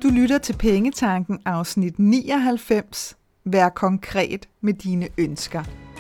Du lytter til Pengetanken afsnit 99. Vær konkret med dine ønsker.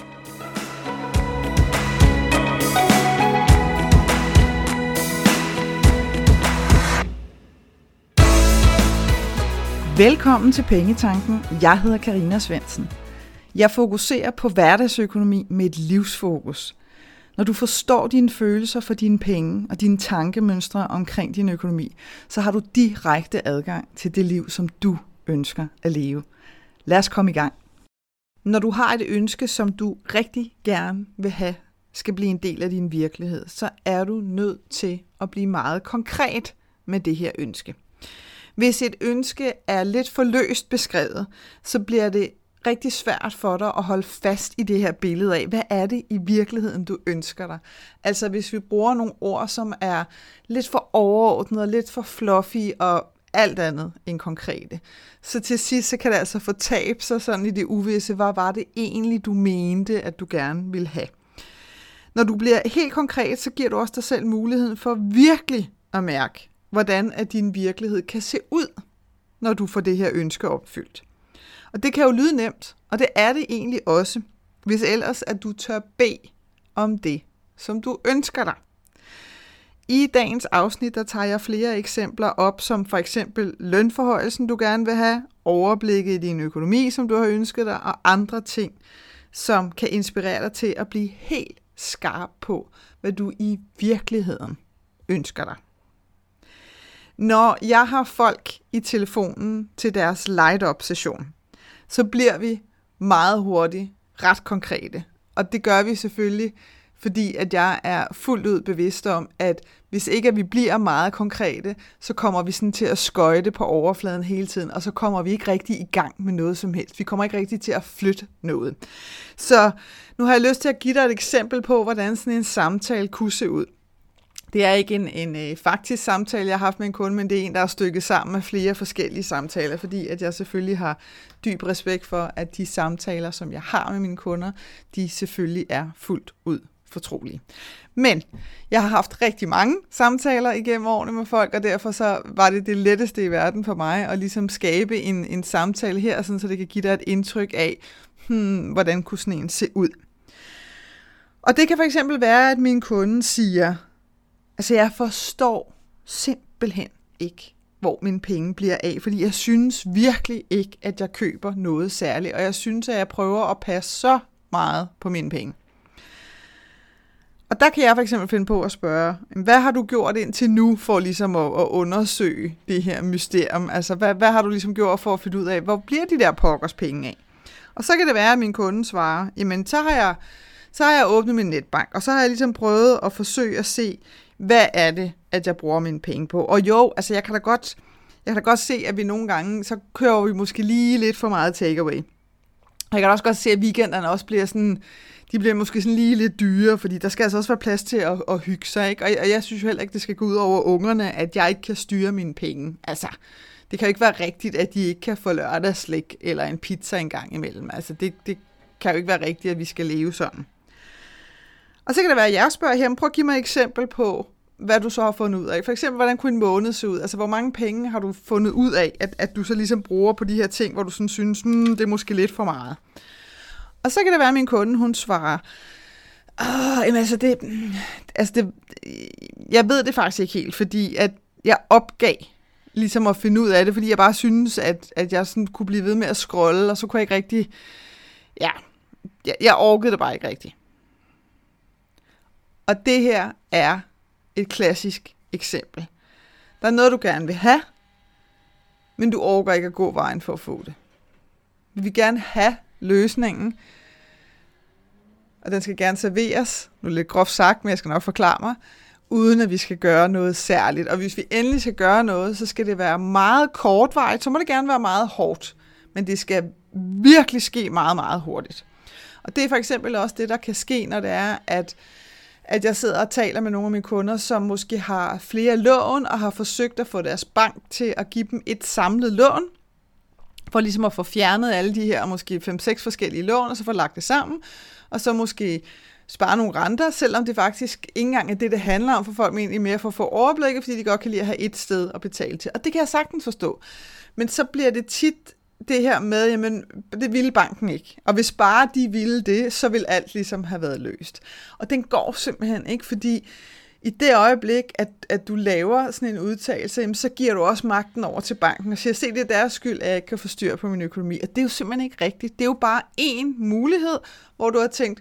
Velkommen til Pengetanken. Jeg hedder Karina Svendsen. Jeg fokuserer på hverdagsøkonomi med et livsfokus. Når du forstår dine følelser for dine penge og dine tankemønstre omkring din økonomi, så har du direkte adgang til det liv, som du ønsker at leve. Lad os komme i gang. Når du har et ønske, som du rigtig gerne vil have, skal blive en del af din virkelighed, så er du nødt til at blive meget konkret med det her ønske. Hvis et ønske er lidt for løst beskrevet, så bliver det rigtig svært for dig at holde fast i det her billede af, hvad er det i virkeligheden, du ønsker dig. Altså hvis vi bruger nogle ord, som er lidt for overordnet og lidt for fluffy og alt andet end konkrete, så til sidst så kan det altså fortabe sig sådan i det uvisse, hvad var det egentlig, du mente, at du gerne ville have. Når du bliver helt konkret, så giver du også dig selv muligheden for virkelig at mærke, hvordan at din virkelighed kan se ud, når du får det her ønske opfyldt. Og det kan jo lyde nemt, og det er det egentlig også, hvis ellers at du tør bede om det, som du ønsker dig. I dagens afsnit, der tager jeg flere eksempler op, som for eksempel lønforhøjelsen, du gerne vil have, overblikket i din økonomi, som du har ønsket dig, og andre ting, som kan inspirere dig til at blive helt skarp på, hvad du i virkeligheden ønsker dig. Når jeg har folk i telefonen til deres light-up-session, så bliver vi meget hurtigt ret konkrete. Og det gør vi selvfølgelig, fordi at jeg er fuldt ud bevidst om, at hvis ikke at vi bliver meget konkrete, så kommer vi sådan til at skøjte på overfladen hele tiden, og så kommer vi ikke rigtig i gang med noget som helst. Vi kommer ikke rigtig til at flytte noget. Så nu har jeg lyst til at give dig et eksempel på, hvordan sådan en samtale kunne se ud. Det er ikke en faktisk samtale, jeg har haft med en kunde, men det er en, der er stykket sammen med flere forskellige samtaler, fordi at jeg selvfølgelig har dyb respekt for, at de samtaler, som jeg har med mine kunder, de selvfølgelig er fuldt ud fortrolige. Men jeg har haft rigtig mange samtaler igennem årene med folk, og derfor så var det letteste i verden for mig at ligesom skabe en samtale her, sådan, så det kan give dig et indtryk af, hvordan kunne sådan en se ud. Og det kan for eksempel være, at min kunde siger, altså jeg forstår simpelthen ikke, hvor mine penge bliver af, fordi jeg synes virkelig ikke, at jeg køber noget særligt, og jeg synes, at jeg prøver at passe så meget på mine penge. Og der kan jeg for eksempel finde på at spørge, hvad har du gjort indtil nu for ligesom at undersøge det her mysterium? Altså hvad har du ligesom gjort for at finde ud af, hvor bliver de der pokkers penge af? Og så kan det være, at min kunde svarer, jamen så har jeg åbnet min netbank, og så har jeg ligesom prøvet at forsøge at se, hvad er det, at jeg bruger mine penge på? Og jo, altså jeg kan da godt se, at vi nogle gange, så kører vi måske lige lidt for meget takeaway. Jeg kan da også godt se, at weekenderne også bliver sådan, de bliver måske sådan lige lidt dyre, fordi der skal altså også være plads til at hygge sig, ikke? Og jeg synes jo heller ikke, det skal gå ud over ungerne, at jeg ikke kan styre mine penge. Altså, det kan jo ikke være rigtigt, at de ikke kan få lørdagsslik eller en pizza en gang imellem. Altså, det kan jo ikke være rigtigt, at vi skal leve sådan. Og så kan det være, at jeg spørger her, prøv at give mig et eksempel på, hvad du så har fundet ud af. For eksempel, hvordan kunne en måned se ud? Altså, hvor mange penge har du fundet ud af, at du så ligesom bruger på de her ting, hvor du sådan synes, det er måske lidt for meget. Og så kan det være, at min kunde, hun svarer, jeg ved det faktisk ikke helt, fordi at jeg opgav ligesom at finde ud af det, fordi jeg bare synes, at jeg sådan kunne blive ved med at scrolle, og så kunne jeg ikke rigtig, jeg orkede det bare ikke rigtig. Og det her er et klassisk eksempel. Der er noget, du gerne vil have, men du orker ikke at gå vejen for at få det. Vi vil gerne have løsningen, og den skal gerne serveres, nu er det lidt groft sagt, men jeg skal nok forklare mig, uden at vi skal gøre noget særligt. Og hvis vi endelig skal gøre noget, så skal det være meget kortvarigt, så må det gerne være meget hårdt, men det skal virkelig ske meget, meget hurtigt. Og det er for eksempel også det, der kan ske, når det er, at jeg sidder og taler med nogle af mine kunder, som måske har flere lån, og har forsøgt at få deres bank til at give dem et samlet lån, for ligesom at få fjernet alle de her måske 5-6 forskellige lån, og så få lagt det sammen, og så måske spare nogle renter, selvom det faktisk ikke engang er det handler om for folk, men egentlig mere for at få overblikket, fordi de godt kan lide at have et sted at betale til. Og det kan jeg sagtens forstå. Men så bliver det tit det her med, jamen, det ville banken ikke. Og hvis bare de ville det, så ville alt ligesom have været løst. Og den går simpelthen ikke, fordi i det øjeblik, at du laver sådan en udtalelse, så giver du også magten over til banken og siger, se, det er deres skyld, at jeg ikke kan få styr på min økonomi. Og det er jo simpelthen ikke rigtigt. Det er jo bare én mulighed, hvor du har tænkt,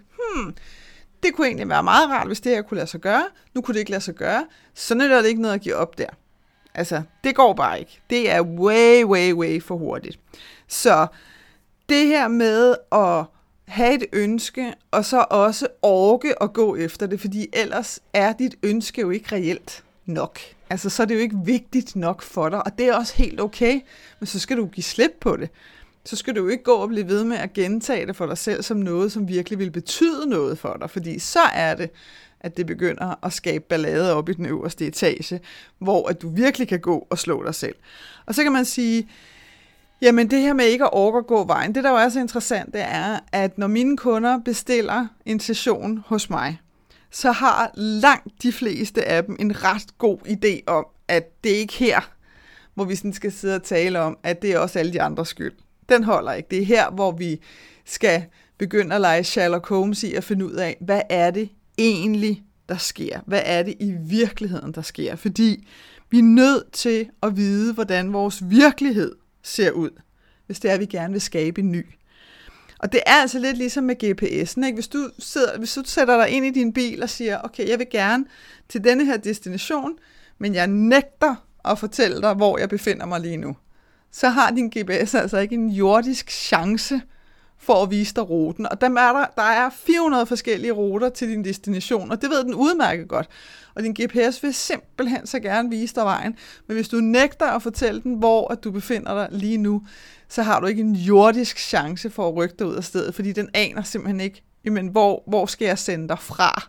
det kunne egentlig være meget rart, hvis det her kunne lade sig gøre. Nu kunne det ikke lade sig gøre. Så er det ikke noget at give op der. Altså, det går bare ikke. Det er way for hurtigt. Så det her med at have et ønske, og så også orke at gå efter det, fordi ellers er dit ønske jo ikke reelt nok. Altså, så er det jo ikke vigtigt nok for dig, og det er også helt okay, men så skal du give slip på det. Så skal du jo ikke gå og blive ved med at gentage det for dig selv som noget, som virkelig vil betyde noget for dig, fordi så er det, at det begynder at skabe ballade op i den øverste etage, hvor at du virkelig kan gå og slå dig selv. Og så kan man sige, jamen det her med ikke at orke at gå vejen, det der jo er så interessant, det er, at når mine kunder bestiller en session hos mig, så har langt de fleste af dem en ret god idé om, at det er ikke her, hvor vi sådan skal sidde og tale om, at det er også alle de andres skyld. Den holder ikke. Det er her, hvor vi skal begynde at lege Sherlock Holmes i at finde ud af, hvad er det egentlig, der sker? Hvad er det i virkeligheden, der sker? Fordi vi er nødt til at vide, hvordan vores virkelighed ser ud, hvis det er, at vi gerne vil skabe en ny. Og det er altså lidt ligesom med GPS'en, ikke? Hvis du sætter dig ind i din bil og siger, okay, jeg vil gerne til denne her destination, men jeg nægter at fortælle dig, hvor jeg befinder mig lige nu, så har din GPS altså ikke en jordisk chance for at vise dig ruten. Og der er 400 forskellige ruter til din destination, og det ved den udmærket godt. Og din GPS vil simpelthen så gerne vise dig vejen. Men hvis du nægter at fortælle den, hvor at du befinder dig lige nu, så har du ikke en jordisk chance for at rykke dig ud af stedet, fordi den aner simpelthen ikke, jamen, hvor skal jeg sende dig fra?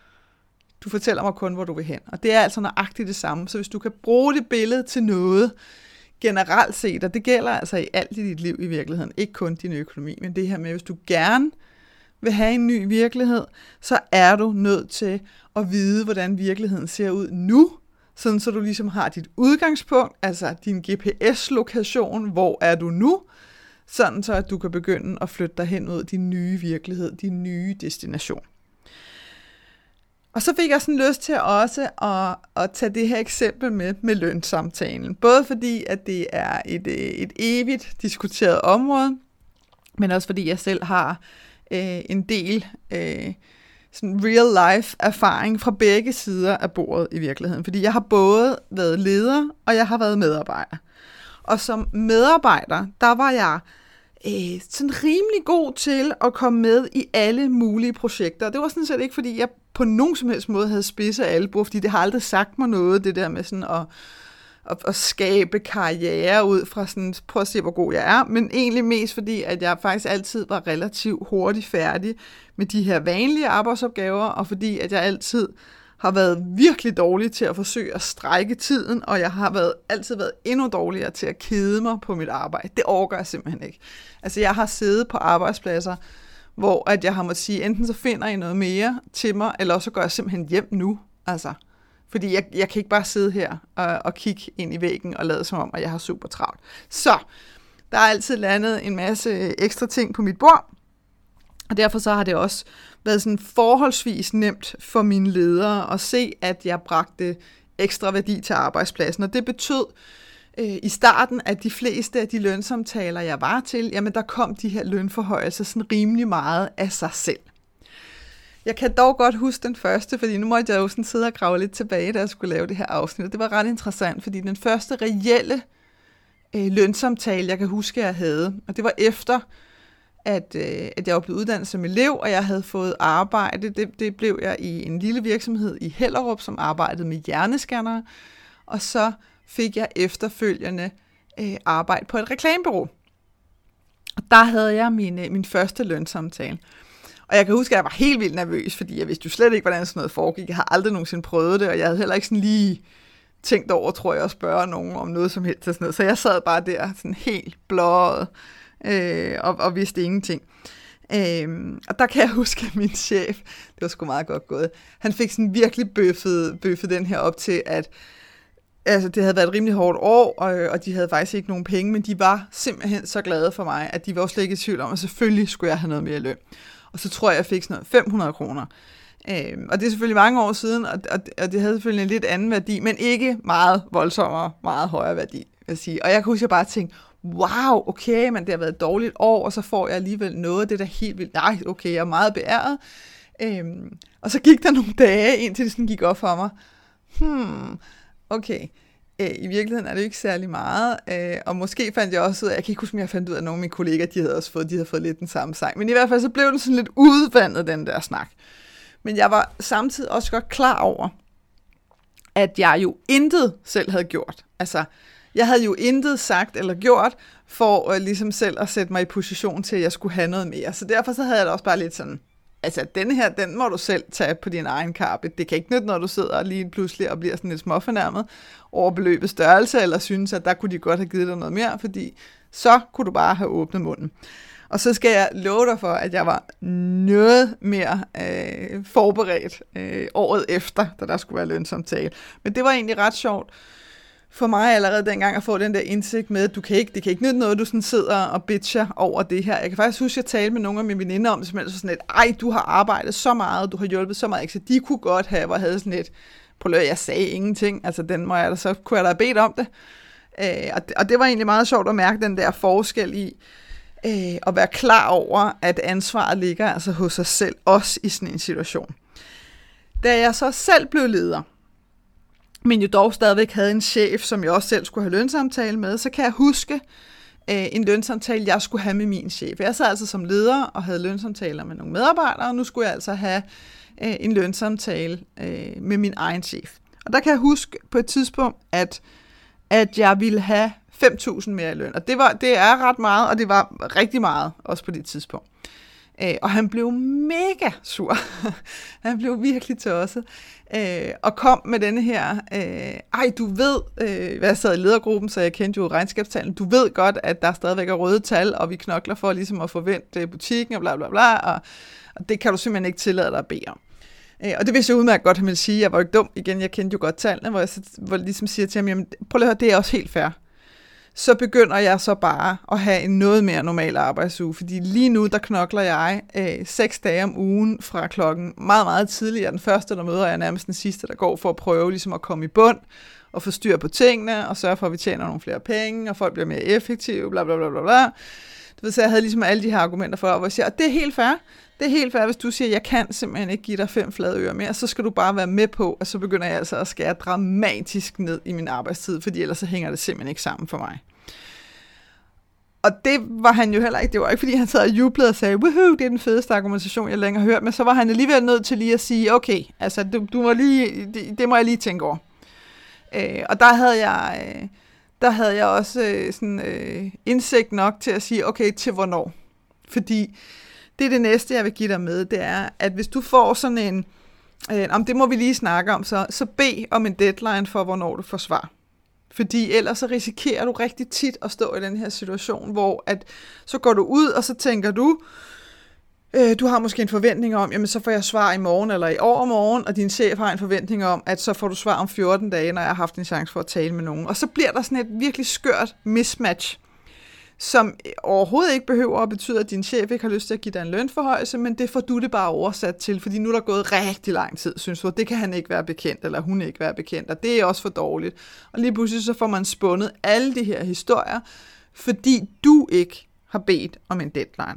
Du fortæller mig kun, hvor du vil hen. Og det er altså nøjagtigt det samme. Så hvis du kan bruge det billede til noget, generelt set, og det gælder altså i alt i dit liv i virkeligheden, ikke kun din økonomi, men det her med, hvis du gerne vil have en ny virkelighed, så er du nødt til at vide, hvordan virkeligheden ser ud nu, sådan så du ligesom har dit udgangspunkt, altså din GPS-lokation, hvor er du nu, sådan så at du kan begynde at flytte dig hen mod din nye virkelighed, din nye destination. Og så fik jeg sådan lyst til også at tage det her eksempel med lønsamtalen. Både fordi, at det er et evigt diskuteret område, men også fordi jeg selv har en del sådan real life erfaring fra begge sider af bordet i virkeligheden. Fordi jeg har både været leder, og jeg har været medarbejder. Og som medarbejder, der var jeg sådan rimelig god til at komme med i alle mulige projekter. Det var sådan set ikke, fordi jeg på nogen som helst måde havde spidse albuer, fordi det har aldrig sagt mig noget, det der med sådan at skabe karriere ud fra sådan, prøv at se, hvor god jeg er, men egentlig mest fordi, at jeg faktisk altid var relativt hurtigt færdig med de her vanlige arbejdsopgaver, og fordi, at jeg altid har været virkelig dårlig til at forsøge at strække tiden, og jeg har altid været endnu dårligere til at kede mig på mit arbejde. Det orker jeg simpelthen ikke. Altså, jeg har siddet på arbejdspladser, hvor at jeg har måttet sige, enten så finder I noget mere til mig, eller så går jeg simpelthen hjem nu. Altså, fordi jeg kan ikke bare sidde her og kigge ind i væggen og lade som om, at jeg har super travlt. Så, der er altid landet en masse ekstra ting på mit bord, og derfor så har det også været sådan forholdsvis nemt for mine ledere at se, at jeg bragte ekstra værdi til arbejdspladsen. Og det betød i starten, at de fleste af de lønsamtaler, jeg var til, jamen der kom de her lønforhøjelser sådan rimelig meget af sig selv. Jeg kan dog godt huske den første, fordi nu måtte jeg jo sådan sidde og grave lidt tilbage, da jeg skulle lave det her afsnit. Det var ret interessant, fordi den første reelle lønsamtale, jeg kan huske, jeg havde, og det var efter, at jeg var blevet uddannet som elev, og jeg havde fået arbejde. Det blev jeg i en lille virksomhed i Hellerup, som arbejdede med hjernescannere, og så fik jeg efterfølgende arbejde på et reklamebureau. Og der havde jeg min første lønsamtale. Og jeg kan huske, at jeg var helt vildt nervøs, fordi jeg vidste jo slet ikke, hvordan sådan noget foregik. Jeg har aldrig nogensinde prøvet det, og jeg havde heller ikke sådan lige tænkt over, tror jeg, at spørge nogen om noget som helst. Sådan noget. Så jeg sad bare der sådan helt blåret og vidste ingenting. Og der kan jeg huske, at min chef, det var sgu meget godt gået, han fik sådan virkelig bøffet den her op til, at altså, det havde været et rimelig hårdt år, og de havde faktisk ikke nogen penge, men de var simpelthen så glade for mig, at de var slet ikke i tvivl om, at selvfølgelig skulle jeg have noget mere løn. Og så tror jeg fik sådan noget 500 kroner. Og det er selvfølgelig mange år siden, og det havde selvfølgelig en lidt anden værdi, men ikke meget voldsommere, meget højere værdi, vil jeg sige. Og jeg kan huske, at jeg bare tænkte, wow, okay, men det har været et dårligt år, og så får jeg alligevel noget, det der helt vildt, nej, okay, jeg er meget beæret. Og så gik der nogle dage, indtil det sådan gik op for mig, okay, i virkeligheden er det jo ikke særlig meget, og måske fandt jeg også ud af, jeg kan ikke huske, om jeg fandt ud af, at nogle af mine kolleger, de havde fået lidt den samme sang, men i hvert fald så blev den sådan lidt udvandet, den der snak. Men jeg var samtidig også godt klar over, at jeg jo intet selv havde gjort. Altså, jeg havde jo intet sagt eller gjort, for ligesom selv at sætte mig i position til, at jeg skulle have noget mere. Så derfor så havde jeg da også bare lidt sådan, altså den må du selv tage på din egen kappe. Det kan ikke nytte, når du sidder lige pludselig og bliver sådan lidt småfornærmet over beløbets størrelse, eller synes, at der kunne de godt have givet dig noget mere, fordi så kunne du bare have åbnet munden. Og så skal jeg love dig for, at jeg var noget mere forberedt året efter, da der skulle være lønsamtale. Men det var egentlig ret sjovt for mig allerede dengang at få den der indsigt med, at det kan ikke nytte noget, du sådan sidder og bitcher over det her. Jeg kan faktisk huske, at jeg talte med nogle af mine veninder om det, som sådan lidt, ej, du har arbejdet så meget, du har hjulpet så meget, ikke? Så de kunne godt have, og havde sådan lidt, jeg sagde ingenting, altså kunne jeg da have bedt om det. Og det var egentlig meget sjovt at mærke den der forskel i, at være klar over, at ansvaret ligger altså hos sig selv, også i sådan en situation. Da jeg så selv blev leder, men jo dog stadigvæk havde en chef, som jeg også selv skulle have lønsamtale med, så kan jeg huske en lønsamtale, jeg skulle have med min chef. Jeg sad altså som leder og havde lønsamtaler med nogle medarbejdere, og nu skulle jeg altså have en lønsamtale med min egen chef. Og der kan jeg huske på et tidspunkt, at jeg ville have 5.000 mere i løn. Og det er ret meget, og det var rigtig meget, også på det tidspunkt. Og han blev mega sur. Han blev virkelig tosset. Og kom med denne her, du ved, jeg sad i ledergruppen, så jeg kendte jo regnskabstallene, du ved godt, at der stadigvæk er røde tal, og vi knokler for ligesom at forvente butikken, og bla bla bla, og det kan du simpelthen ikke tillade dig at bede om. Og det vidste jeg udmærket godt, at han ville sige, jeg var jo ikke dum igen, jeg kendte jo godt tallene, hvor jeg ligesom siger til ham, jamen prøv lige at høre, det er også helt fair. Så begynder jeg så bare at have en noget mere normal arbejdsuge, fordi lige nu, der knokler jeg 6 dage om ugen fra klokken meget, meget tidligere. Den første, der møder jeg nærmest den sidste, der går for at prøve ligesom at komme i bund og få styr på tingene, og sørge for, at vi tjener nogle flere penge, og folk bliver mere effektive, bla bla bla bla bla. Så jeg havde ligesom alle de her argumenter for, hvor jeg siger, det er helt fair. Det er helt fair, hvis du siger, jeg kan simpelthen ikke give dig 5 flade øre mere, så skal du bare være med på, og så begynder jeg altså at skære dramatisk ned i min arbejdstid, fordi ellers så hænger det simpelthen ikke sammen for mig. Og det var han jo heller ikke. Det var ikke, fordi han sad og jublede og sagde, woohoo, det er den fedeste argumentation, jeg længere har hørt, men så var han alligevel nødt til lige at sige, okay, altså du må lige, det må jeg lige tænke over. Og der havde jeg også indsigt nok til at sige, okay, til hvornår. Fordi det er det næste, jeg vil give dig med, det er, at hvis du får sådan en, om det må vi lige snakke om, så bed om en deadline for, hvornår du får svar. Fordi ellers så risikerer du rigtig tit at stå i den her situation, hvor at, så går du ud, og så tænker du, du har måske en forventning om, jamen så får jeg svar i morgen eller i overmorgen, og din chef har en forventning om, at så får du svar om 14 dage, når jeg har haft en chance for at tale med nogen. Og så bliver der sådan et virkelig skørt mismatch, som overhovedet ikke behøver at betyde, at din chef ikke har lyst til at give dig en lønforhøjelse, men det får du det bare oversat til, fordi nu er der gået rigtig lang tid, synes du, det kan han ikke være bekendt, eller hun ikke være bekendt, og det er også for dårligt. Og lige pludselig så får man spundet alle de her historier, fordi du ikke har bedt om en deadline.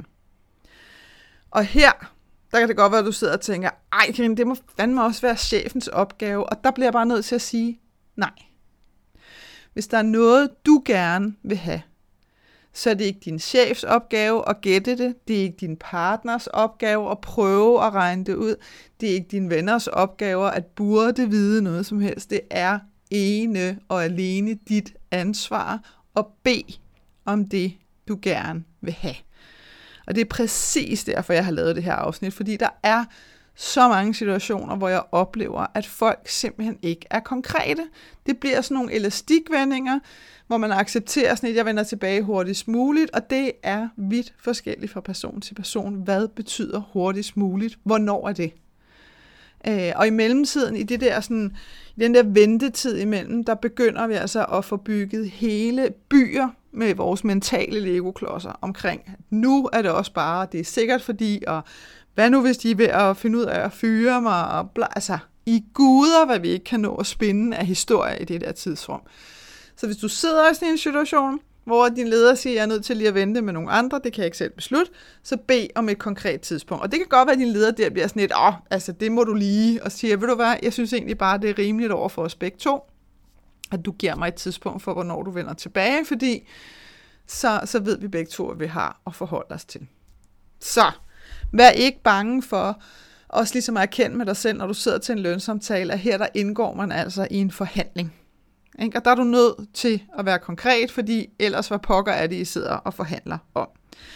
Og her, der kan det godt være, at du sidder og tænker, ej Karin, det må fandme også være chefens opgave, og der bliver jeg bare nødt til at sige, nej. Hvis der er noget, du gerne vil have, så er det ikke din chefs opgave at gætte det. Det er ikke din partners opgave at prøve at regne det ud. Det er ikke dine venners opgave at burde vide noget som helst. Det er ene og alene dit ansvar at bede om det, du gerne vil have. Og det er præcis derfor, jeg har lavet det her afsnit, fordi der er så mange situationer, hvor jeg oplever, at folk simpelthen ikke er konkrete. Det bliver sådan nogle elastikvendinger, hvor man accepterer sådan et, jeg vender tilbage hurtigst muligt, og det er vidt forskelligt fra person til person. Hvad betyder hurtigst muligt? Hvornår er det? Og i mellemtiden, i det der sådan, i den der ventetid imellem, der begynder vi altså at få bygget hele byer med vores mentale legoklodser omkring. Nu er det også bare, det er sikkert fordi, og hvad nu hvis de er ved at finde ud af at fyre mig, og altså i guder, hvad vi ikke kan nå at spinde af historie i det der tidsrum. Så hvis du sidder i sådan en situation, hvor din leder siger, jeg er nødt til lige at vente med nogle andre, det kan jeg ikke selv beslutte, så bed om et konkret tidspunkt. Og det kan godt være, at din leder der bliver sådan et, altså det må du lige, og siger, ved du hvad, jeg synes egentlig bare, det er rimeligt over for os begge to, at du giver mig et tidspunkt for, hvornår du vender tilbage, fordi så ved vi begge to, hvad vi har at forholde os til. Så vær ikke bange for også ligesom at erkende med dig selv, når du sidder til en lønsamtale, at her der indgår man altså i en forhandling. Og der er du nødt til at være konkret, fordi ellers hvad pokker er det, I sidder og forhandler om.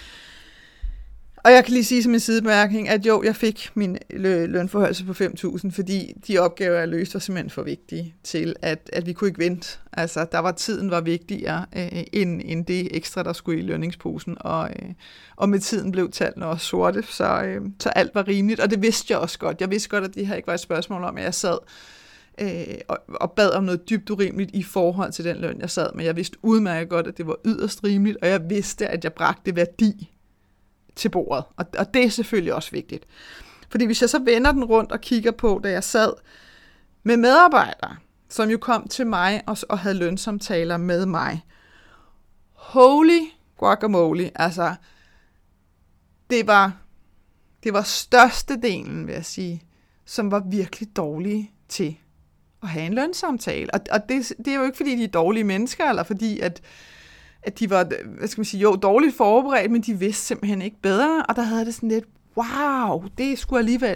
Og jeg kan lige sige som en sidebemærkning, at jo, jeg fik min lønforhøjelse på 5.000, fordi de opgaver, jeg løste, var simpelthen for vigtige til, at vi kunne ikke vente. Altså, tiden var vigtigere end det ekstra, der skulle i lønningsposen, og med tiden blev tallene også sorte, så alt var rimeligt, og det vidste jeg også godt. Jeg vidste godt, at det her ikke var et spørgsmål om, at jeg sad og bad om noget dybt urimeligt i forhold til den løn, jeg sad med. Jeg vidste udmærket godt, at det var yderst rimeligt, og jeg vidste, at jeg bragte værdi til bordet. Og det er selvfølgelig også vigtigt. Fordi hvis jeg så vender den rundt og kigger på, da jeg sad med medarbejdere, som jo kom til mig og havde lønsamtaler med mig. Holy guacamole, altså det var størstedelen, vil jeg sige, som var virkelig dårlige til at have en lønsamtale. Og det er jo ikke, fordi de er dårlige mennesker, eller fordi, at de var, dårligt forberedt, men de vidste simpelthen ikke bedre, og der havde det sådan lidt, wow, det er sgu alligevel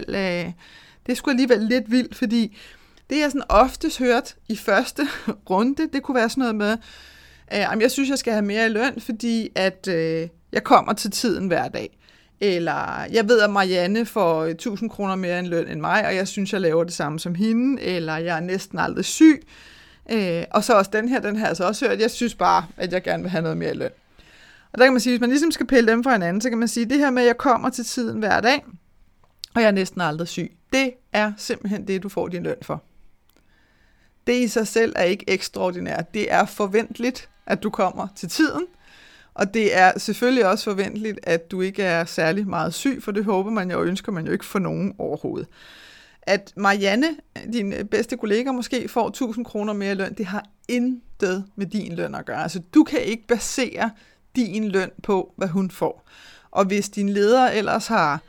lidt vildt, fordi det, jeg sådan oftest hørt i første runde, det kunne være sådan noget med, jeg synes, jeg skal have mere i løn, fordi at jeg kommer til tiden hver dag. Eller jeg ved, at Marianne får 1.000 kroner mere end løn end mig, og jeg synes, jeg laver det samme som hende, eller jeg er næsten aldrig syg. Og så også den her altså også hørt, jeg synes bare, at jeg gerne vil have noget mere i løn. Og der kan man sige, hvis man ligesom skal pille dem fra hinanden, så kan man sige, det her med, at jeg kommer til tiden hver dag, og jeg er næsten aldrig syg, det er simpelthen det, du får din løn for. Det i sig selv er ikke ekstraordinært. Det er forventeligt, at du kommer til tiden, og det er selvfølgelig også forventeligt, at du ikke er særlig meget syg, for det håber man jo og ønsker man jo ikke for nogen overhovedet. At Marianne, din bedste kollega, måske får 1.000 kroner mere i løn, det har intet med din løn at gøre. Altså, du kan ikke basere din løn på, hvad hun får. Og hvis din leder ellers har,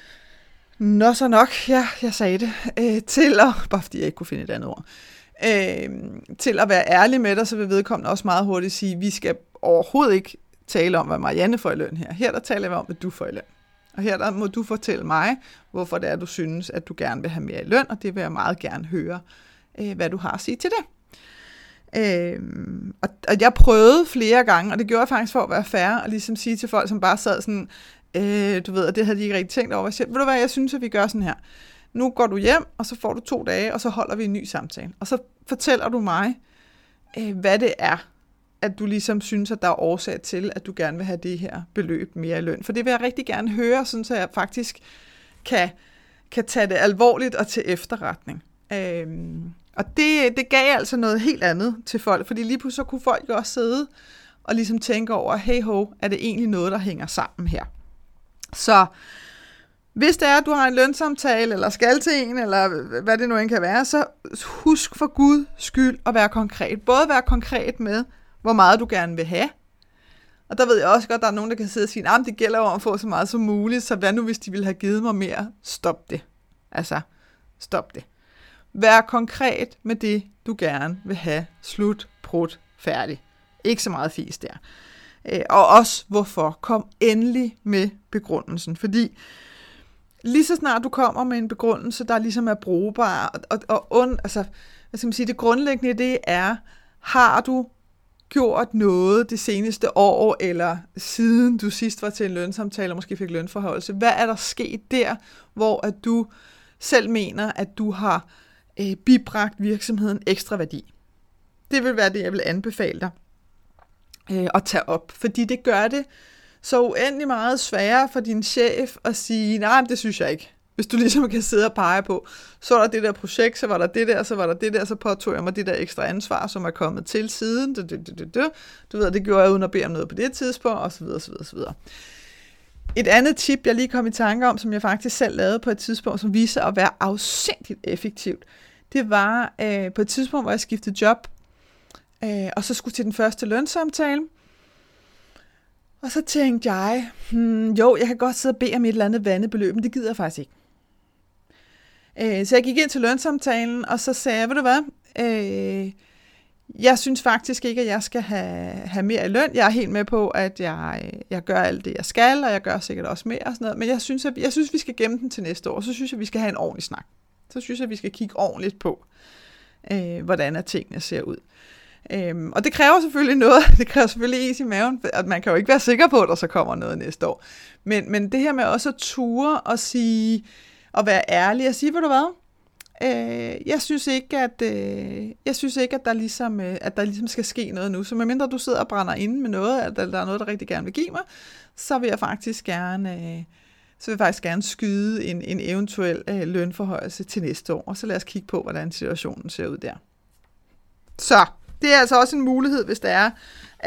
så nok, ja, jeg sagde det, til at, bare fordi jeg ikke kunne finde et andet ord, til at være ærlig med dig, så vil vedkommende også meget hurtigt sige, vi skal overhovedet ikke tale om, hvad Marianne får i løn her. Her der taler vi om, hvad du får i løn. Og her der må du fortælle mig, hvorfor det er, du synes, at du gerne vil have mere i løn, og det vil jeg meget gerne høre, hvad du har at sige til det. Og jeg prøvede flere gange, og det gjorde jeg faktisk for at være fair, og ligesom sige til folk, som bare sad sådan, du ved, at det havde de ikke rigtig tænkt over. Jeg siger, ved du hvad, jeg synes, at vi gør sådan her. Nu går du hjem, og så får du 2 dage, og så holder vi en ny samtale. Og så fortæller du mig, hvad det er, at du ligesom synes, at der er årsag til, at du gerne vil have det her beløb mere i løn. For det vil jeg rigtig gerne høre, sådan så jeg faktisk kan tage det alvorligt og til efterretning. Og det gav altså noget helt andet til folk, fordi lige pludselig så kunne folk jo også sidde og ligesom tænke over, hey ho, er det egentlig noget, der hænger sammen her? Så hvis det er, at du har en lønsamtale, eller skal til en, eller hvad det nu end kan være, så husk for Guds skyld at være konkret. Både være konkret med, hvor meget du gerne vil have. Og der ved jeg også godt, at der er nogen, der kan sidde og sige, at det gælder om at få så meget som muligt, så hvad nu, hvis de ville have givet mig mere? Stop det. Altså, stop det. Vær konkret med det, du gerne vil have. Slut, prut, færdig. Ikke så meget fis der. Og også hvorfor. Kom endelig med begrundelsen. Fordi lige så snart du kommer med en begrundelse, der ligesom er brugbar, altså, hvad skal man sige, det grundlæggende det er, har du gjort noget det seneste år, eller siden du sidst var til en lønsamtale, og måske fik lønforhøjelse? Hvad er der sket der, hvor at du selv mener, at du har bibragt virksomheden ekstra værdi. Det vil være det, jeg vil anbefale dig at tage op, fordi det gør det så uendelig meget sværere for din chef at sige, nej, det synes jeg ikke. Hvis du ligesom kan sidde og pege på, så var der det der projekt, så var der det der, så var der det der, så påtog jeg mig det der ekstra ansvar, som er kommet til siden. Du ved, det gjorde jeg uden at bede om noget på det tidspunkt, osv. osv. Et andet tip, jeg lige kom i tanke om, som jeg faktisk selv lavede på et tidspunkt, som viser at være afsindigt effektivt, det var på et tidspunkt, hvor jeg skiftede job, og så skulle til den første lønsamtale. Og så tænkte jeg, jeg kan godt sidde og bede om et eller andet vandebeløb, men det gider jeg faktisk ikke. Så jeg gik ind til lønsamtalen, og så sagde jeg, ved du hvad, jeg synes faktisk ikke, at jeg skal have mere i løn. Jeg er helt med på, at jeg gør alt det, jeg skal, og jeg gør sikkert også mere og sådan noget. Men jeg synes, vi skal gemme den til næste år. Så synes jeg, vi skal have en ordentlig snak. Så synes jeg, vi skal kigge ordentligt på, hvordan tingene ser ud. Og det kræver selvfølgelig noget. Det kræver selvfølgelig is i maven, at man kan jo ikke være sikker på, at der så kommer noget næste år. Men det her med også at ture og sige, og være ærlig og sige, ved du hvad? Jeg synes ikke, at der ligesom skal ske noget nu. Så medmindre du sidder og brænder inde med noget, eller der er noget, der rigtig gerne vil give mig, så vil jeg faktisk gerne skyde en eventuel lønforhøjelse til næste år. Og så lad os kigge på, hvordan situationen ser ud der. Så det er altså også en mulighed, hvis det er,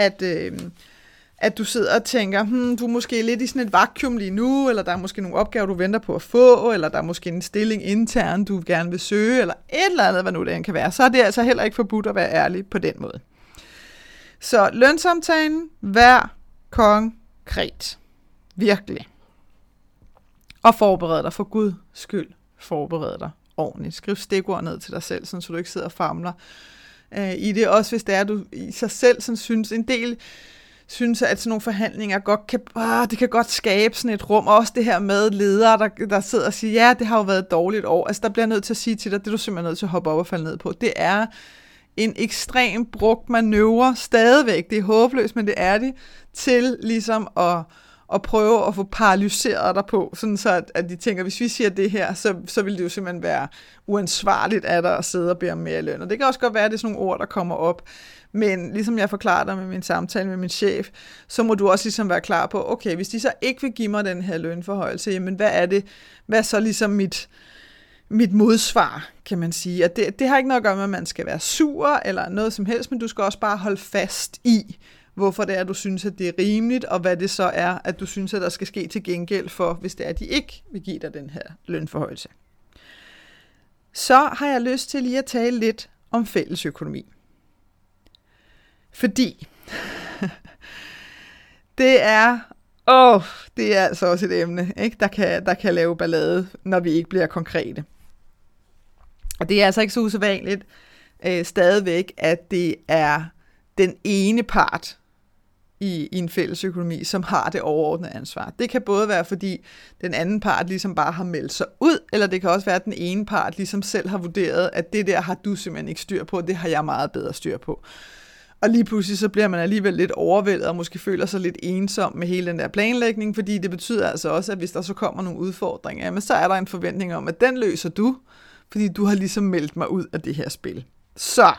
at du sidder og tænker, du er måske lidt i sådan et vakuum lige nu, eller der er måske nogle opgaver, du venter på at få, eller der er måske en stilling intern, du gerne vil søge, eller et eller andet, hvad nu det kan være. Så er det altså heller ikke forbudt at være ærlig på den måde. Så lønsamtalen, vær konkret. Virkelig. Og forbered dig for Guds skyld. Forbered dig ordentligt. Skriv stikord ned til dig selv, så du ikke sidder og famler i det. Også hvis det er, at du i sig selv sådan synes, en del synes, at sådan nogle forhandlinger det kan godt skabe sådan et rum. Og også det her med ledere, der sidder og siger, ja, det har jo været et dårligt år. Altså, der bliver nødt til at sige til dig, det er du simpelthen nødt til at hoppe op og falde ned på. Det er en ekstrem brugt manøvre stadigvæk. Det er håbløst, men det er det til ligesom at prøve at få paralyseret dig på, sådan så at de tænker, hvis vi siger det her, så vil det jo simpelthen være uansvarligt af dig at sidde og bede om mere løn. Og det kan også godt være, at det er sådan nogle ord, der kommer op. Men ligesom jeg forklarer dig med min samtale med min chef, så må du også ligesom være klar på, okay, hvis de så ikke vil give mig den her lønforhøjelse, jamen hvad er det? Hvad er så ligesom mit modsvar, kan man sige? Og det har ikke noget at gøre med, at man skal være sur eller noget som helst, men du skal også bare holde fast i, hvorfor det er, at du synes, at det er rimeligt, og hvad det så er, at du synes, at der skal ske til gengæld for, hvis det er, at de ikke vil give dig den her lønforhøjelse. Så har jeg lyst til lige at tale lidt om fællesøkonomi. Fordi det er altså også et emne, ikke? Der kan lave ballade, når vi ikke bliver konkrete. Og det er altså ikke så usædvanligt stadigvæk, at det er den ene part i en fælles økonomi, som har det overordnede ansvar. Det kan både være, fordi den anden part ligesom bare har meldt sig ud, eller det kan også være, at den ene part ligesom selv har vurderet, at det der har du simpelthen ikke styr på, det har jeg meget bedre styr på. Og lige pludselig så bliver man alligevel lidt overvældet, og måske føler sig lidt ensom med hele den der planlægning, fordi det betyder altså også, at hvis der så kommer nogle udfordringer, jamen så er der en forventning om, at den løser du, fordi du har ligesom meldt mig ud af det her spil. Så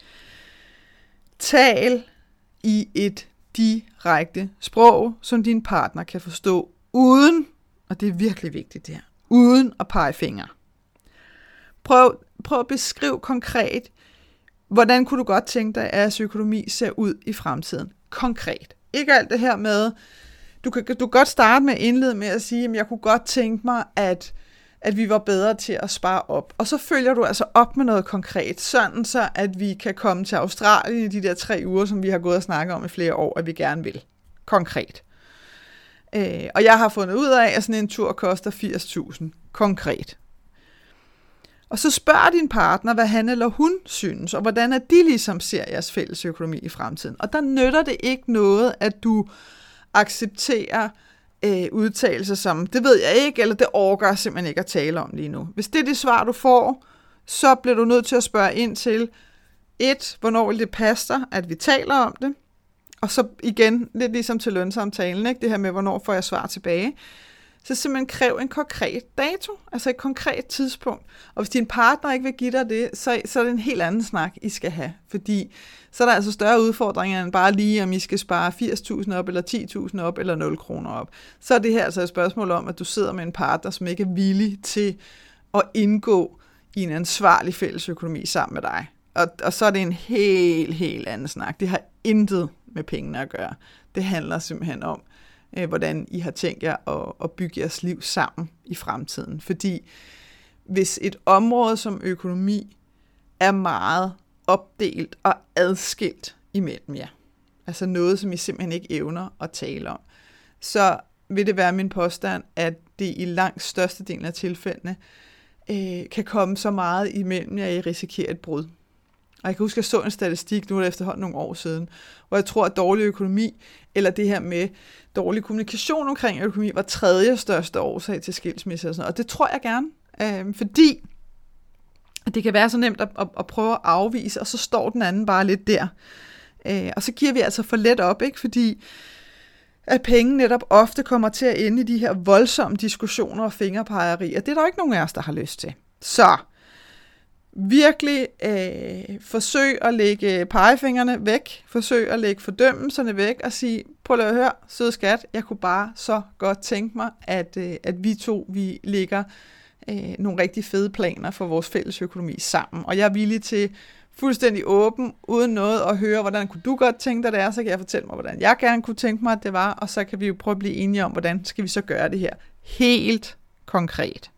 tal i et direkte sprog, som din partner kan forstå, uden, og det er virkelig vigtigt det her, uden at pege fingre. Prøv at beskrive konkret, hvordan kunne du godt tænke dig, at jeres økonomi ser ud i fremtiden? Konkret. Ikke alt det her med, du kan godt starte med at indlede med at sige, at jeg kunne godt tænke mig, at vi var bedre til at spare op. Og så følger du altså op med noget konkret, sådan så at vi kan komme til Australien i de der 3 uger, som vi har gået og snakket om i flere år, at vi gerne vil. Konkret. Og jeg har fundet ud af, at sådan en tur koster 80.000. Konkret. Og så spørg din partner, hvad han eller hun synes, og hvordan at de ligesom ser jeres fælles økonomi i fremtiden. Og der nytter det ikke noget, at du accepterer udtalelser som, det ved jeg ikke, eller det orker jeg simpelthen ikke at tale om lige nu. Hvis det er det svar, du får, så bliver du nødt til at spørge ind til, 1, hvornår vil det passe dig, at vi taler om det? Og så igen, lidt ligesom til lønsamtalen, ikke? Det her med, hvornår får jeg svar tilbage. så simpelthen kræv en konkret dato, altså et konkret tidspunkt. Og hvis din partner ikke vil give dig det, så er det en helt anden snak, I skal have. Fordi så er der altså større udfordringer end bare lige, om I skal spare 80.000 op, eller 10.000 op, eller 0 kroner op. Så er det her altså et spørgsmål om, at du sidder med en partner, som ikke er villig til at indgå i en ansvarlig fælles økonomi sammen med dig. Og så er det en helt anden snak. Det har intet med pengene at gøre. Det handler simpelthen om, hvordan I har tænkt jer at bygge jeres liv sammen i fremtiden. Fordi hvis et område som økonomi er meget opdelt og adskilt imellem jer, altså noget, som I simpelthen ikke evner at tale om, så vil det være min påstand, at det i langt størstedelen af tilfældene kan komme så meget imellem jer, at I risikerer et brud. Og jeg kan huske, at jeg så en statistik, nu er det efterhånden nogle år siden, hvor jeg tror, at dårlig økonomi, eller det her med dårlig kommunikation omkring økonomi, var tredje største årsag til skilsmisse og sådan noget. Og det tror jeg gerne, fordi det kan være så nemt at prøve at afvise, og så står den anden bare lidt der. Og så giver vi altså for let op, ikke? Fordi at penge netop ofte kommer til at ende i de her voldsomme diskussioner og fingerpegerier. Det er der ikke nogen af os, der har lyst til. Så virkelig forsøg at lægge pegefingrene væk, forsøg at lægge fordømmelserne væk og sige, prøv at høre, søde skat, jeg kunne bare så godt tænke mig, at vi lægger nogle rigtig fede planer for vores fælles økonomi sammen. Og jeg er villig til fuldstændig åben, uden noget at høre, hvordan kunne du godt tænke dig det er, så kan jeg fortælle mig, hvordan jeg gerne kunne tænke mig, at det var, og så kan vi jo prøve at blive enige om, hvordan skal vi så gøre det her helt konkret.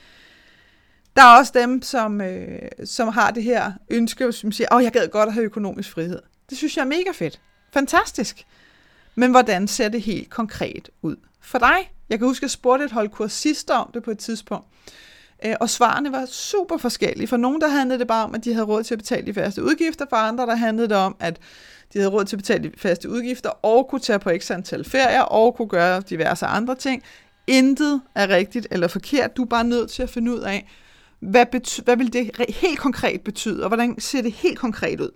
Der er også dem, som har det her ønske, som siger, jeg gad godt at have økonomisk frihed. Det synes jeg er mega fedt. Fantastisk. Men hvordan ser det helt konkret ud for dig? Jeg kan huske, at jeg spurgte et hold kursister om det på et tidspunkt. Og svarene var super forskellige. For nogen, der handlede det bare om, at de havde råd til at betale de faste udgifter. For andre, der handlede det om, at de havde råd til at betale de faste udgifter, og kunne tage på x antal ferier, og kunne gøre diverse andre ting. Intet er rigtigt eller forkert. Du er bare nødt til at finde ud af, hvad vil det helt konkret betyde, og hvordan ser det helt konkret ud?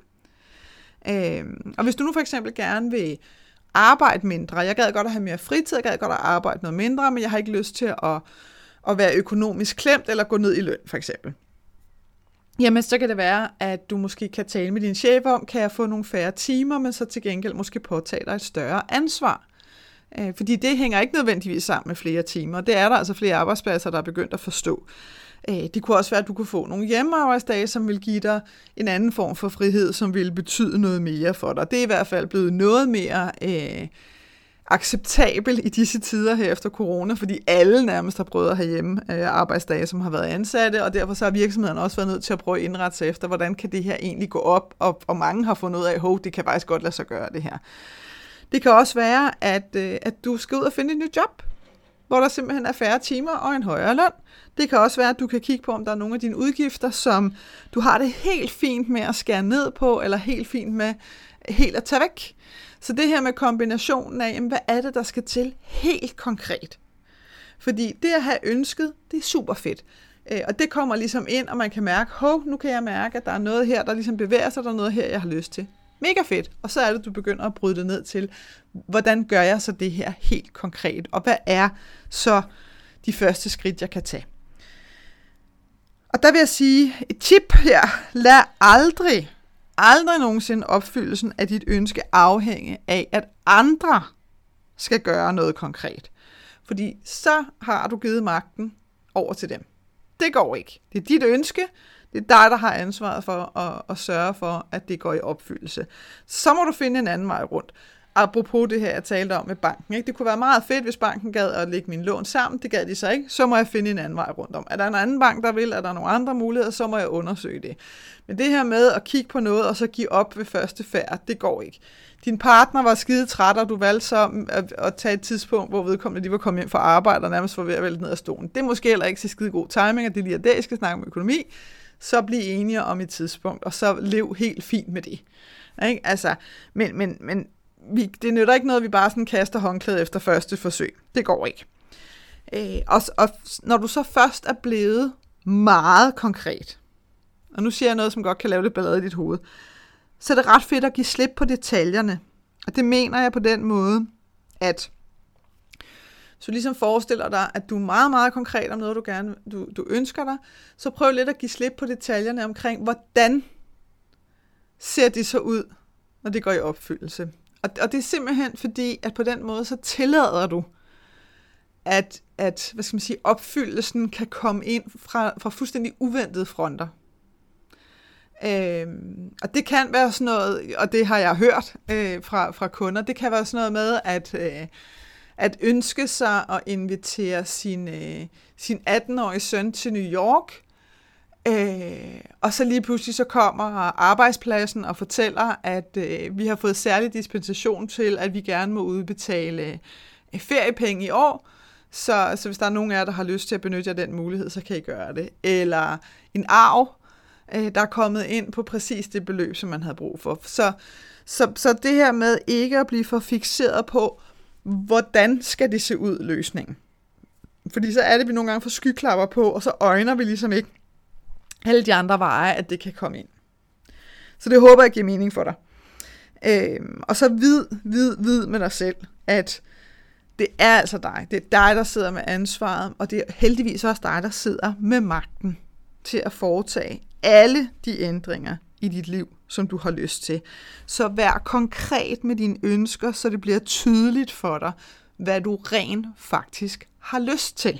Og hvis du nu for eksempel gerne vil arbejde mindre, jeg gad godt at have mere fritid, jeg gad godt at arbejde noget mindre, men jeg har ikke lyst til at være økonomisk klemt eller gå ned i løn, for eksempel. Jamen, så kan det være, at du måske kan tale med din chef om, kan jeg få nogle færre timer, men så til gengæld måske påtage dig et større ansvar. Fordi det hænger ikke nødvendigvis sammen med flere timer. Det er der altså flere arbejdspladser, der er begyndt at forstå. Det kunne også være, at du kunne få nogle hjemmearbejdsdage, som vil give dig en anden form for frihed, som vil betyde noget mere for dig. Det er i hvert fald blevet noget mere acceptabel i disse tider her efter corona, fordi alle nærmest har prøvet at have hjemmearbejdsdage, som har været ansatte, og derfor så har virksomheden også været nødt til at prøve at indrette sig efter, hvordan kan det her egentlig gå op, og mange har fundet ud af, at det kan faktisk godt lade sig gøre det her. Det kan også være, at du skal ud og finde et nyt job, hvor der simpelthen er færre timer og en højere løn. Det kan også være, at du kan kigge på, om der er nogle af dine udgifter, som du har det helt fint med at skære ned på, eller helt fint med helt at tage væk. Så det her med kombinationen af, hvad er det, der skal til helt konkret? Fordi det at have ønsket, det er super fedt. Og det kommer ligesom ind, og man kan mærke, nu kan jeg mærke, at der er noget her, der ligesom bevæger sig, der er noget her, jeg har lyst til. Mega fedt. Og så er det, du begynder at bryde det ned til, hvordan gør jeg så det her helt konkret? Og hvad er så de første skridt, jeg kan tage? Og der vil jeg sige, et tip her, lad aldrig nogensinde opfyldelsen af dit ønske afhænge af, at andre skal gøre noget konkret. Fordi så har du givet magten over til dem. Det går ikke. Det er dit ønske. Det er dig, der har ansvaret for at sørge for, at det går i opfyldelse. Så må du finde en anden vej rundt. Apropos det her, jeg talte om med banken. Ikke? Det kunne være meget fedt, hvis banken gad at lægge mine lån sammen. Det gad de så ikke. Så må jeg finde en anden vej rundt om. Er der en anden bank, der vil? Er der nogle andre muligheder? Så må jeg undersøge det. Men det her med at kigge på noget, og så give op ved første færd, det går ikke. Din partner var skide træt, og du valgte så at tage et tidspunkt, hvor vedkommende lige var kommet hjem fra arbejde, og nærmest var ved at vælte ned af stolen. Det er måske heller ikke så skide god timing, at det lige er det, I skal snakke om økonomi. Så bliv enige om et tidspunkt, og så lev helt fint med det. Ikke? Altså, men det nytter ikke noget, vi bare sådan kaster håndklædet efter første forsøg. Det går ikke. Og når du så først er blevet meget konkret, og nu siger jeg noget, som godt kan lave lidt ballade i dit hoved, så er det ret fedt at give slip på detaljerne. Og det mener jeg på den måde, at Så ligesom forestiller dig, at du er meget, meget konkret om noget, du ønsker dig, så prøv lidt at give slip på detaljerne omkring, hvordan ser det så ud, når det går i opfyldelse. Og det er simpelthen fordi, at på den måde, så tillader du, at hvad skal man sige, opfyldelsen kan komme ind fra fuldstændig uventede fronter. Og det kan være sådan noget, og det har jeg hørt fra kunder, det kan være sådan noget med, at ønske sig at invitere sin 18-årige søn til New York, og så lige pludselig så kommer arbejdspladsen og fortæller, at vi har fået særlig dispensation til, at vi gerne må udbetale feriepenge i år, så hvis der er nogen af jer, der har lyst til at benytte jer den mulighed, så kan I gøre det. Eller en arv, der er kommet ind på præcis det beløb, som man havde brug for. Så det her med ikke at blive for fikseret på, hvordan skal det se ud, løsningen. Fordi så er det, vi nogle gange får skyklapper på, og så øjner vi ligesom ikke alle de andre veje, at det kan komme ind. Så det håber jeg giver mening for dig. Og så vid med dig selv, at det er altså dig. Det er dig, der sidder med ansvaret, og det er heldigvis også dig, der sidder med magten til at foretage alle de ændringer i dit liv, som du har lyst til. Så vær konkret med dine ønsker, så det bliver tydeligt for dig, hvad du rent faktisk har lyst til.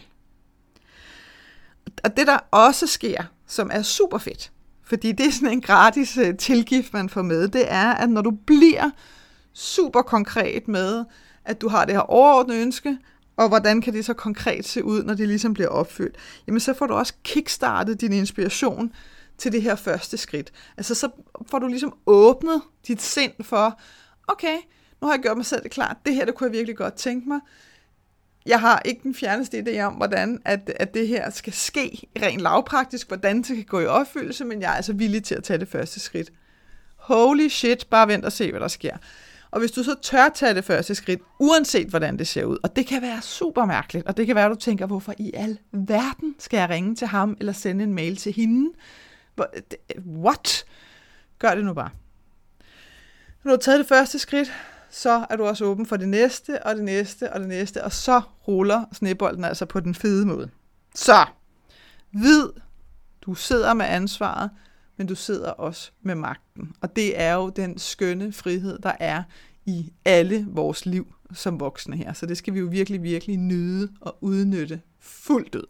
Og det, der også sker, som er super fedt, fordi det er sådan en gratis tilgift, man får med, det er, at når du bliver super konkret med, at du har det her overordnede ønske, og hvordan kan det så konkret se ud, når det ligesom bliver opfyldt, jamen så får du også kickstartet din inspiration til det her første skridt. Altså så får du ligesom åbnet dit sind for, okay, nu har jeg gjort mig selv det klart, det her, det kunne jeg virkelig godt tænke mig. Jeg har ikke den fjerneste idé om, hvordan at det her skal ske rent lavpraktisk, hvordan det kan gå i opfyldelse, men jeg er altså villig til at tage det første skridt. Holy shit, bare vent og se, hvad der sker. Og hvis du så tør tage det første skridt, uanset hvordan det ser ud, og det kan være super mærkeligt, og det kan være, at du tænker, hvorfor i al verden skal jeg ringe til ham, eller sende en mail til hende? What? Gør det nu bare. Når du har taget det første skridt, så er du også åben for det næste, og det næste, og det næste, og så ruller snebolden altså på den fede måde. Så, vid, du sidder med ansvaret, men du sidder også med magten. Og det er jo den skønne frihed, der er i alle vores liv som voksne her. Så det skal vi jo virkelig, virkelig nyde og udnytte fuldt ud.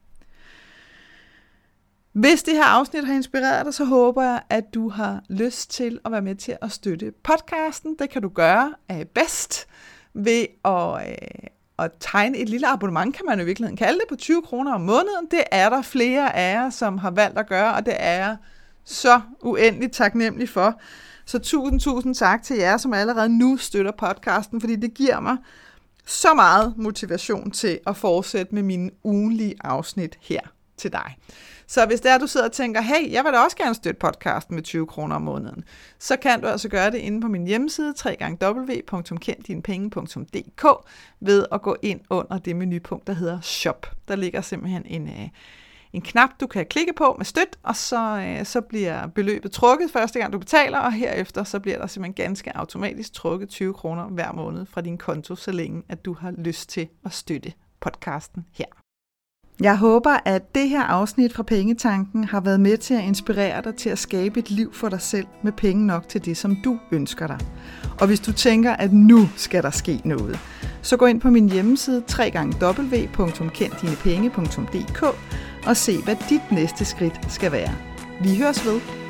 Hvis det her afsnit har inspireret dig, så håber jeg, at du har lyst til at være med til at støtte podcasten. Det kan du gøre bedst ved at tegne et lille abonnement, kan man jo i virkeligheden kalde det, på 20 kroner om måneden. Det er der flere af jer, som har valgt at gøre, og det er jeg så uendeligt taknemmelig for. Så tusind tak til jer, som allerede nu støtter podcasten, fordi det giver mig så meget motivation til at fortsætte med mine ugentlige afsnit her til dig. Så hvis det er, du sidder og tænker, hey, jeg vil da også gerne støtte podcasten med 20 kroner om måneden, så kan du altså gøre det inde på min hjemmeside, www.kenddinepenge.dk, ved at gå ind under det menupunkt, der hedder Shop. Der ligger simpelthen en knap, du kan klikke på med støt, og så bliver beløbet trukket første gang, du betaler, og herefter så bliver der simpelthen ganske automatisk trukket 20 kroner hver måned fra din konto, så længe at du har lyst til at støtte podcasten her. Jeg håber, at det her afsnit fra Pengetanken har været med til at inspirere dig til at skabe et liv for dig selv med penge nok til det, som du ønsker dig. Og hvis du tænker, at nu skal der ske noget, så gå ind på min hjemmeside www.kenddinepenge.dk og se, hvad dit næste skridt skal være. Vi høres ved.